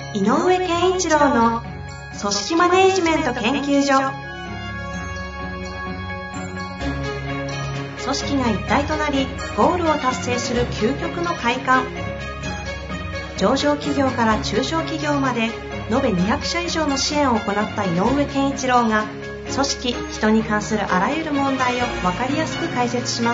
井上健一郎の組織マネジメント研究所。組織が一体となりゴールを達成する究極の快感。上場企業から中小企業まで延べ200社以上の支援を行った井上健一郎が、組織・人に関するあらゆる問題を分かりやすく解説します。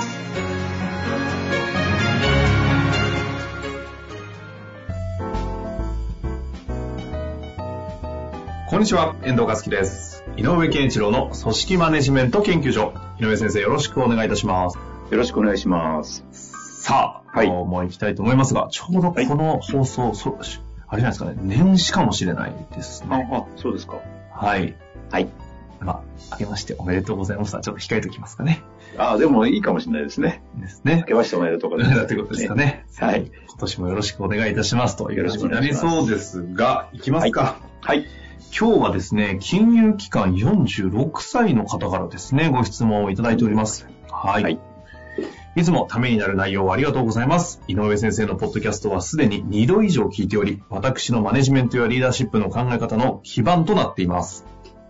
こんにちは、遠藤和樹です。井上健一郎の組織マネジメント研究所。井上先生、よろしくお願いいたします。 よろしくお願いします。 さあ、はい、もう行きたいと思いますが、ちょうどこの放送、あれじゃないですかね、年始かもしれないですね。 あ、そうですか。 はい。 はい。 明けましておめでとうございます。ちょっと控えておきますかね。 でもいいかもしれないですね。 ですね。 明けましておめでとうございます。 ということですかね。 はい。 今年もよろしくお願いいたしますという感じになりそうですが、いきますか。 はい。 今日はですね、金融機関46歳の方からですね、ご質問をいただいております。はい。いつもためになる内容をありがとうございます。井上先生のポッドキャストはすでに2度以上聞いており、私のマネジメントやリーダーシップの考え方の基礎となっています。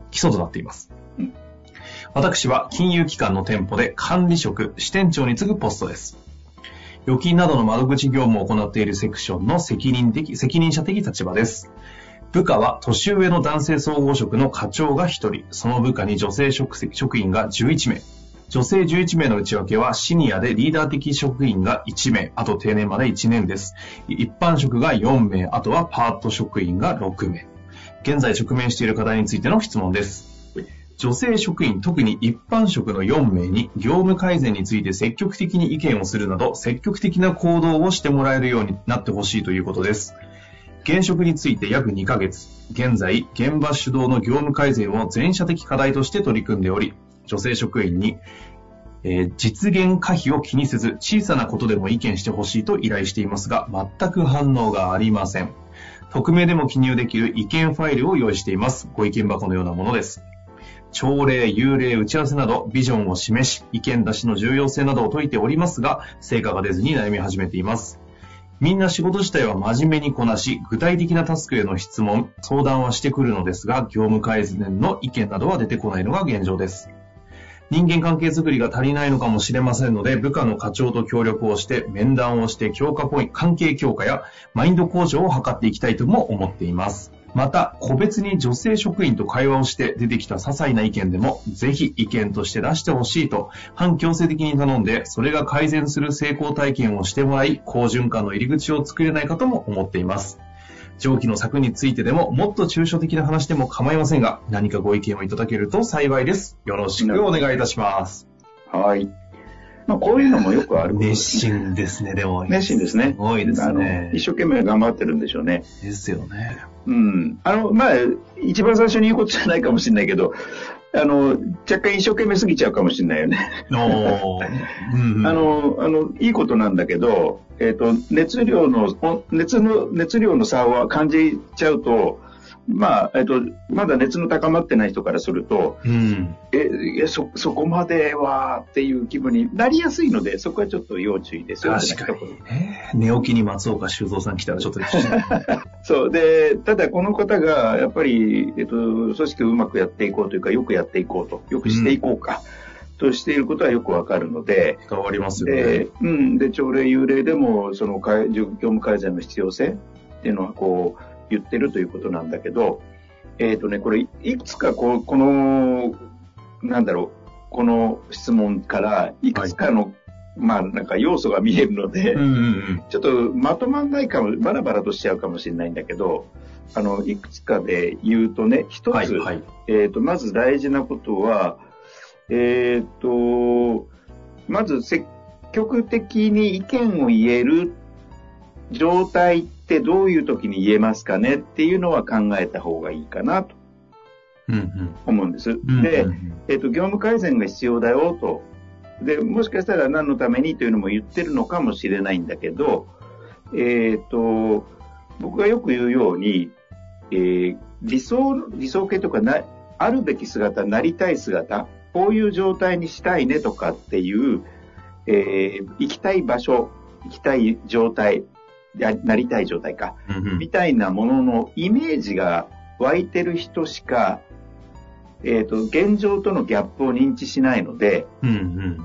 私は金融機関の店舗で管理職、支店長に次ぐポストです。預金などの窓口業務を行っているセクションの責任者的立場です。部下は年上の男性総合職の課長が1人、その部下に女性職員が11名。女性11名の内訳はシニアでリーダー的職員が1名、あと定年まで1年です。一般職が4名、あとはパート職員が6名。現在直面している課題についての質問です。女性職員、特に一般職の4名に業務改善について積極的に意見をするなど、積極的な行動をしてもらえるようになってほしいということです。現職について約2ヶ月、現在現場主導の業務改善を全社的課題として取り組んでおり、女性職員に、実現可否を気にせず小さなことでも意見してほしいと依頼していますが、全く反応がありません。匿名でも記入できる意見ファイルを用意しています。ご意見箱のようなものです。朝礼、夕礼、打ち合わせなどビジョンを示し、意見出しの重要性などを説いておりますが、成果が出ずに悩み始めています。みんな仕事自体は真面目にこなし、具体的なタスクへの質問、相談はしてくるのですが、業務改善の意見などは出てこないのが現状です。人間関係づくりが足りないのかもしれませんので、部下の課長と協力をして、面談をして、関係強化やマインド向上を図っていきたいとも思っています。また、個別に女性職員と会話をして出てきた些細な意見でも、ぜひ意見として出してほしいと、反強制的に頼んで、それが改善する成功体験をしてもらい、好循環の入り口を作れないかとも思っています。上記の策についてでも、もっと抽象的な話でも構いませんが、何かご意見をいただけると幸いです。よろしくお願いいたします。 はい。こういうのもよくあることです。熱心ですね、でも。 熱心ですね。 すごいですね。 一生懸命頑張ってるんでしょうね。 ですよね。 一番最初に言うことじゃないかもしれないけど、若干一生懸命すぎちゃうかもしれないよね。いいことなんだけど、熱量の差を感じちゃうと、まだ熱の高まってない人からすると、そこまではっていう気分になりやすいので、そこはちょっと要注意ですよね。 確かに。寝起きに松岡修造さん来たらちょっとそうで、ただこの方がやっぱり、組織をうまくやっていこうというか、よくやっていこうと、よくしていこうか、としていることはよくわかるので、 変わりますよね。 で、朝礼夕礼でもその業務改善の必要性っていうのは言ってるということなんだけど、これいくつかこの質問からいくつかの、要素が見えるので、ちょっとまとまんないかも、バラバラとしちゃうかもしれないんだけど、いくつかで言うとね、一つ、まず大事なことは、まず積極的に意見を言える状態ってどういう時に言えますかねっていうのは考えた方がいいかなと思うんです。で、業務改善が必要だよと。で、もしかしたら何のためにというのも言ってるのかもしれないんだけど、僕がよく言うように、理想形とかあるべき姿、なりたい姿、こういう状態にしたいねとかっていう、行きたい場所、行きたい状態、 なりたい状態か、 うんうん、 みたいなもののイメージが湧いてる人しか、現状とのギャップを認知しないので、 うんうん、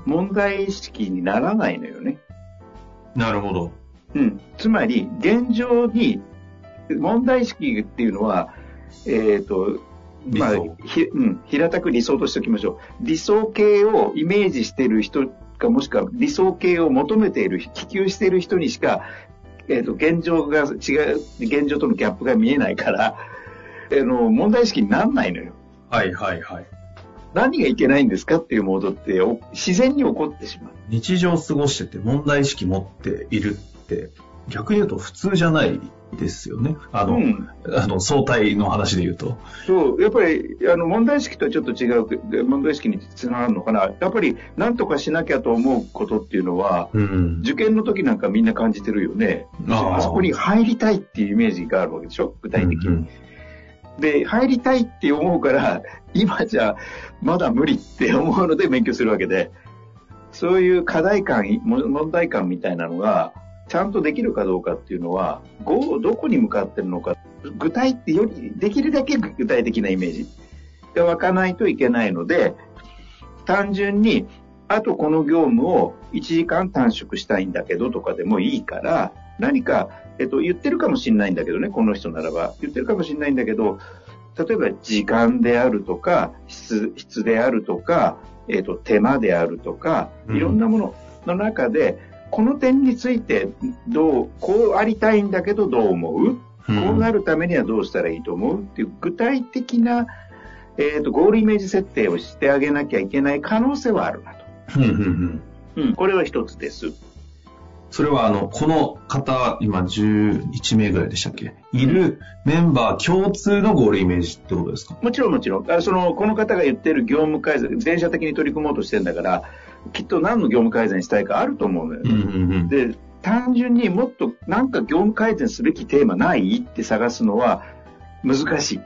問題意識にならないのよね。 なるほど。 うん。つまり、現状に、問題意識っていうのは、まあ、平たく理想としておきましょう。理想形をイメージしている人か、もしくは理想形を求めている、希求している人にしか、現状が違う、現状とのギャップが見えないから、問題意識にならないのよ。 はいはいはい。 何がいけないんですかっていうモードって自然に起こってしまう。 日常過ごしてて問題意識持っているって逆に言うと普通じゃないですよね。相対の話で言うと。 そう、やっぱり問題意識とはちょっと違う、問題意識につながるのかな。やっぱり何とかしなきゃと思うことっていうのは、うん、受験の時なんかみんな感じてるよね。あそこに入りたいっていうイメージがあるわけでしょ、具体的に。うんうん、で、入りたいって思うから、今じゃまだ無理って思うので勉強するわけで、そういう課題感、問題感みたいなのが、ちゃんとできるかどうかっていうのは、どこに向かってるのか、具体ってより、できるだけ具体的なイメージが湧かないといけないので、単純に、あとこの業務を1時間短縮したいんだけどとかでもいいから、何か、言ってるかもしれないんだけどね、この人ならば。言ってるかもしれないんだけど、例えば時間であるとか、質であるとか、手間であるとか、いろんなものの中で、この点についてこうありたいんだけどどう思う？こうなるためにはどうしたらいいと思うっていう具体的な、ゴールイメージ設定をしてあげなきゃいけない可能性はあるなと。これは一つです。 それはこの方、今11名ぐらいでしたっけ？いるメンバー共通のゴールイメージってことですか？ もちろんもちろん。この方が言ってる業務改善、全社的に取り組もうとしてるんだから、きっと何の業務改善したいかあると思うのよね。で、単純にもっとなんか業務改善すべきテーマないって探すのは難しい。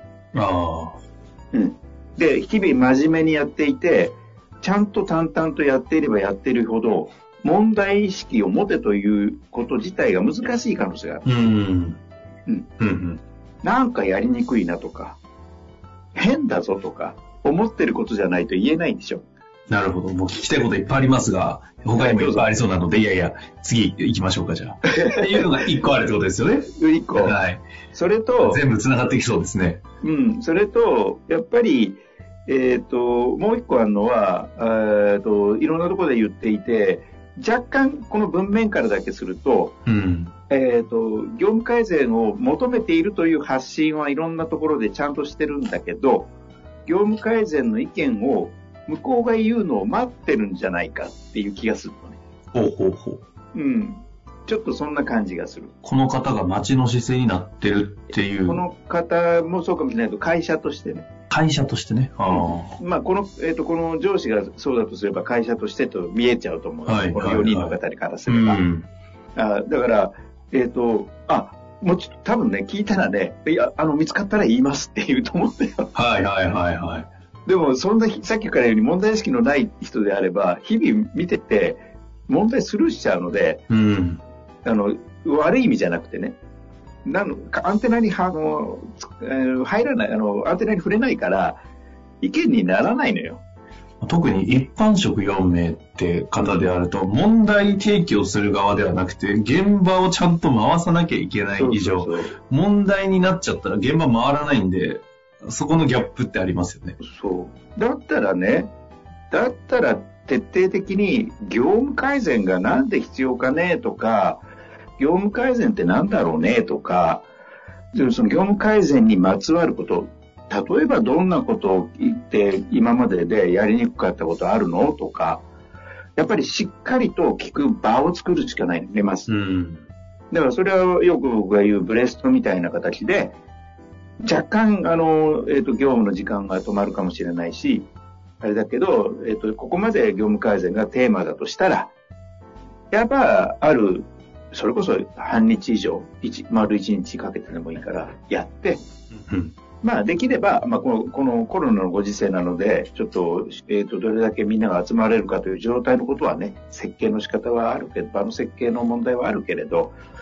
で、日々真面目にやっていて、ちゃんと淡々とやっていればやっているほど、問題意識を持てということ自体が難しい可能性がある。なんかやりにくいなとか、変だぞとか、思ってることじゃないと言えないんでしょ。 なるほど。もう聞きたいこといっぱいありますが、他にもいっぱいありそうなので、いや、次行きましょうか、じゃあ。っていうのが一個あるってことですよね。 一個。はい。それと、 全部繋がってきそうですね。 それと、やっぱり、もう一個あるのは、いろんなところで言っていて、若干この文面からだけすると、業務改善を求めているという発信はいろんなところでちゃんとしてるんだけど、業務改善の意見を向こうが言うのを待ってるんじゃないかっていう気がするのね。ちょっとそんな感じがする。 この方が待ちの姿勢になってるっていう。 この方もそうかもしれないけど、会社としてね。 会社としてね。 まあ、この上司がそうだとすれば会社としてと見えちゃうと思う。この4人の方からすれば。だから、もうちょっと多分ね、聞いたらね、見つかったら言いますって言うと思ったよ。でも、さっきから言うように問題意識のない人であれば、日々見てて、問題スルーしちゃうので、悪い意味じゃなくてね、アンテナに入らない、アンテナに触れないから、意見にならないのよ。 特に一般職4名って方であると、問題提起をする側ではなくて、現場をちゃんと回さなきゃいけない以上、問題になっちゃったら現場回らないんで、そこのギャップってありますよね。 そう。だったら徹底的に業務改善がなんで必要かねとか、業務改善ってなんだろうねとか、その業務改善にまつわること、例えばどんなことを言って今まででやりにくかったことあるのとか、やっぱりしっかりと聞く場を作るしかないんでます。だからそれはよく僕が言うブレストみたいな形で、若干業務の時間が止まるかもしれないし、あれだけど、ここまで業務改善がテーマだとしたら、やっぱそれこそ半日以上、丸1日かけてでもいいからやって、まあできれば、まあこのコロナのご時世なので、ちょっと、どれだけみんなが集まれるかという状態のことはね、設計の仕方はあるけど、場の設計の問題はあるけれど、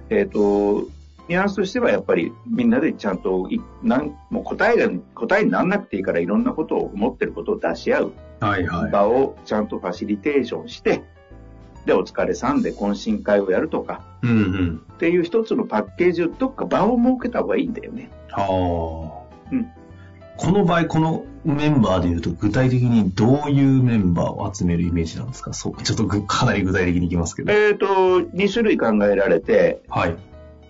ニュアンスとしてはやっぱりみんなでちゃんともう答えにならなくていいからいろんなことを思ってることを出し合う場をちゃんとファシリテーションして、でお疲れさんで懇親会をやるとか、っていう一つのパッケージをどっか場を設けた方がいいんだよね。 この場合このメンバーでいうと具体的にどういうメンバーを集めるイメージなんですか？そうちょっとかなり具体的にいきますけど。 2種類考えられて、 はい。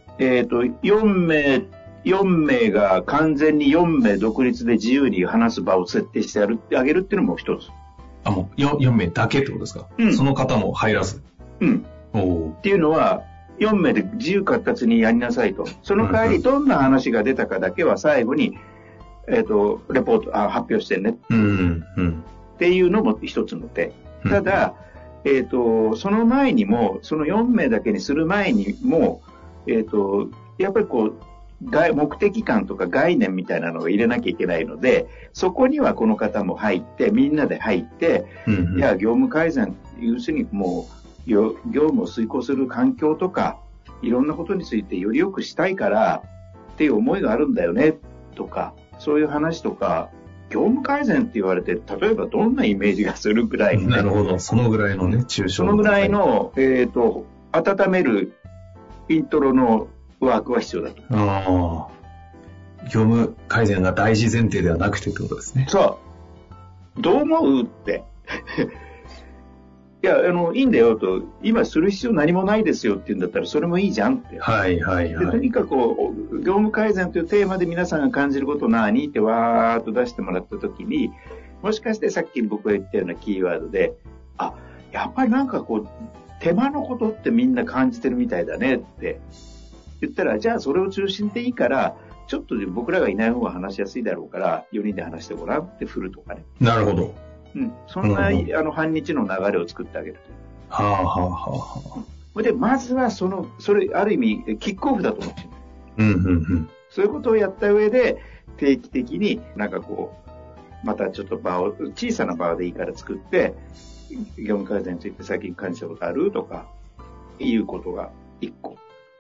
4名が完全に4名独立で自由に話す場を設定してあげるっていうのも一つ。 もう 4名だけってことですか？その方も入らず。 っていうのは、4名で自由闊達にやりなさいと。その代わりどんな話が出たかだけは最後に、レポート、発表してね。っていうのも一つの手。ただ、その前にも、その4名だけにする前にも、やっぱり目的感とか概念みたいなのを入れなきゃいけないので、そこにはこの方も入って、みんなで入って、いや、業務改善、要するにもう、業務を遂行する環境とか、いろんなことについてより良くしたいからっていう思いがあるんだよね、とか、そういう話とか、業務改善って言われて、例えばどんなイメージがするぐらい、 なるほど、そのぐらいのね、抽象。 そのぐらいの、温めるイントロのワークは必要だと。 業務改善が大事前提ではなくてってことですね。 そう。どう思うって。いや、いいんだよと、今する必要何もないですよって言うんだったら、それもいいじゃんって。でとにかく業務改善というテーマで皆さんが感じること何ってわーっと出してもらったときに、もしかしてさっき僕が言ったようなキーワードで、やっぱりなんか手間のことってみんな感じてるみたいだねって言ったら、じゃあそれを中心でいいから、ちょっと僕らがいない方が話しやすいだろうから、4人で話してごらんって振るとかね。 なるほど。 そんな、半日の流れを作ってあげると。で、まずはそれ、ある意味、キックオフだと思ってる。そういうことをやった上で、定期的にまたちょっと小さな場でいいから作って、業務改善について最近感じたことあるとか、いうことが一個。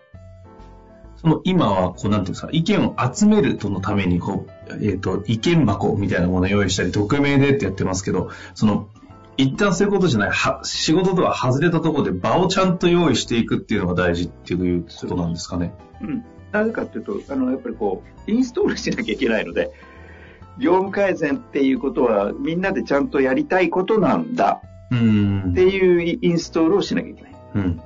今は、なんていうんですか、意見を集めるとのために、意見箱みたいなものを用意したり、匿名でってやってますけど、一旦そういうことじゃない、仕事とは外れたところで場をちゃんと用意していくっていうのが大事っていうことなんですかね。 なぜかっていうと、やっぱりインストールしなきゃいけないので、業務改善っていうことはみんなでちゃんとやりたいことなんだっていうインストールをしなきゃいけない。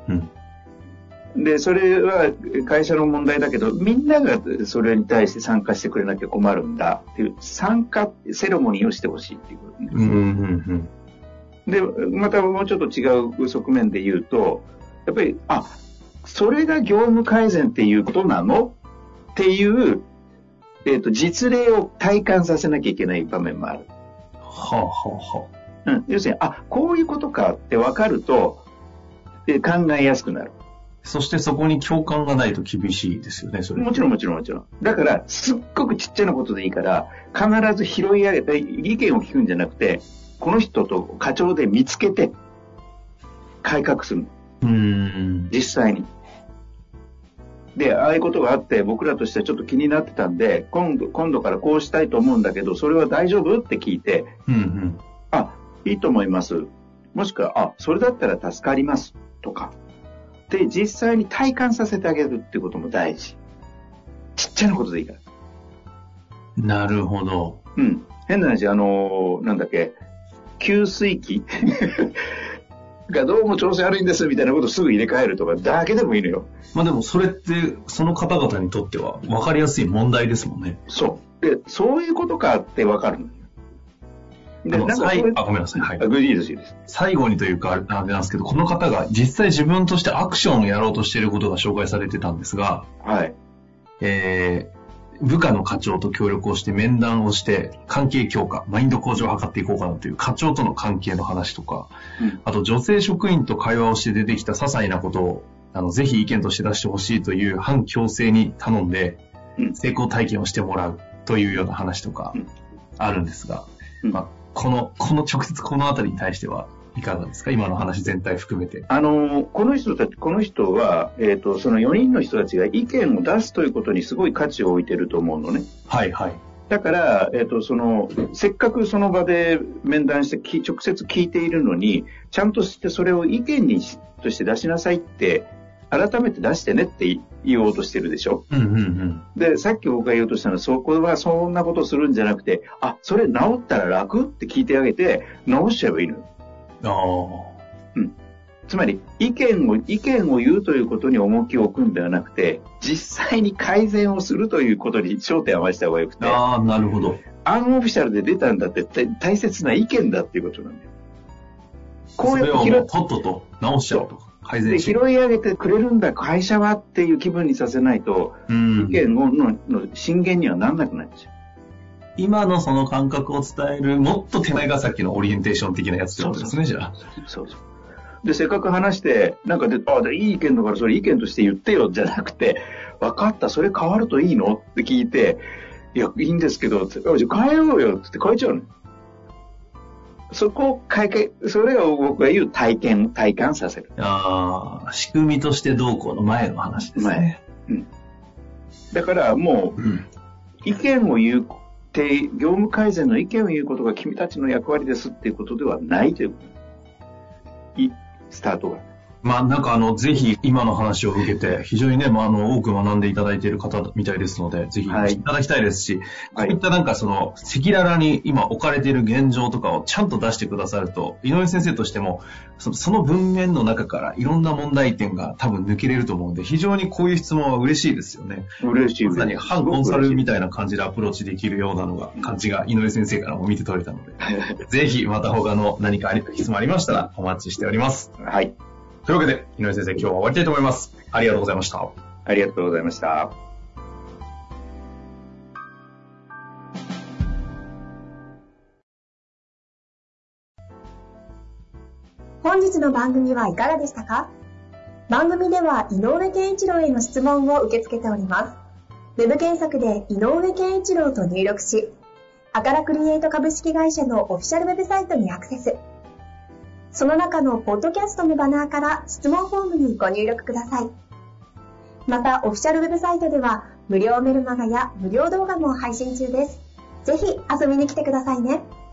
で、それは会社の問題だけど、みんながそれに対して参加してくれなきゃ困るんだっていう参加セレモニーをしてほしいっていうことね。で、またもうちょっと違う側面で言うと、やっぱり、それが業務改善っていうことなのっていう、実例を体感させなきゃいけない場面もある。要するに、こういうことかって分かると、考えやすくなる。 そしてそこに共感がないと厳しいですよね、それ。 もちろん。だから、すっごくちっちゃなことでいいから、必ず拾い上げて、意見を聞くんじゃなくて、この人と課長で見つけて、改革する。実際に。で、ああいうことがあって、僕らとしてはちょっと気になってたんで、今度からこうしたいと思うんだけど、それは大丈夫って聞いて、いいと思います。もしくは、それだったら助かります。とか。で、実際に体感させてあげるってことも大事。ちっちゃなことでいいから。 なるほど。 変な話、給水器がどうも調子悪いんですみたいなことをすぐ入れ替えるとかだけでもいいのよ。 でもそれってその方々にとっては分かりやすい問題ですもんね。 で、そういうことかって分かるの。 ごめんなさい。 いいです。 最後にというか、あれなんですけど、この方が実際自分としてアクションをやろうとしていることが紹介されてたんですが、部下の課長と協力をして面談をして関係強化、マインド向上を図っていこうかなという課長との関係の話とか、あと女性職員と会話をして出てきた些細なことをぜひ意見として出してほしいという反強制に頼んで成功体験をしてもらうというような話とかあるんですが、この直接このあたりに対してはいかがですか？今の話全体含めて。 この人は、その4人の人たちが意見を出すということにすごい価値を置いてると思うのね。 はいはい。 だから、せっかくその場で面談して直接聞いているのに、ちゃんとしてそれを意見として出しなさいって、改めて出してねって言おうとしてるでしょ。 うんうんうん。で、 さっき僕が言おうとしたのは、そこはそんなことするんじゃなくて、それ治ったら楽って聞いてあげて、治しちゃえばいいのよ。うん。つまり、意見を言うということに重きを置くんではなくて、実際に改善をするということに焦点を合わせた方がよくて。 なるほど。 アンオフィシャルで出たんだって大切な意見だっていうことなんだよ。 こうやってとっとと直しちゃうと。改善して拾い上げてくれるんだ会社はっていう気分にさせないと、意見の進言にはならなくなっちゃう。 今のその感覚を伝えるもっと手前がさっきのオリエンテーション的なやつってことですね。じゃあそうで、せっかく話してなんかいい意見だからそれ意見として言ってよじゃなくて、分かった、それ変わるといいのって聞いて、いやいいんですけどじゃあ変えようよって変えちゃうの。そこをそれを僕が言う体感させる。 仕組みとしてどうこうの前の話ですね。 だからもう、意見を言うって業務改善の意見を言うことが君たちの役割ですっていうことではないというスタートが。なんかぜひ今の話を受けて、非常にね、多く学んでいただいている方みたいですので、ぜひいただきたいですし、こういったなんか赤裸々に今置かれている現状とかをちゃんと出してくださると、井上先生としても、その文面の中からいろんな問題点が多分抜けれると思うんで、非常にこういう質問は嬉しいですよね。 嬉しい。 まさに反コンサルみたいな感じでアプローチできるような感じが井上先生からも見て取れたので、ぜひまた他の何か質問ありましたらお待ちしております。 はい。 というわけで、井上先生、今日は終わりたいと思います。ありがとうございました。 ありがとうございました。 本日の番組はいかがでしたか？番組では井上健一郎への質問を受け付けております。ウェブ検索で井上健一郎と入力し、アカラクリエイト株式会社のオフィシャルウェブサイトにアクセス。その中のポッドキャストのバナーから質問フォームにご入力ください。また、オフィシャルウェブサイトでは無料メルマガや無料動画も配信中です。ぜひ遊びに来てくださいね。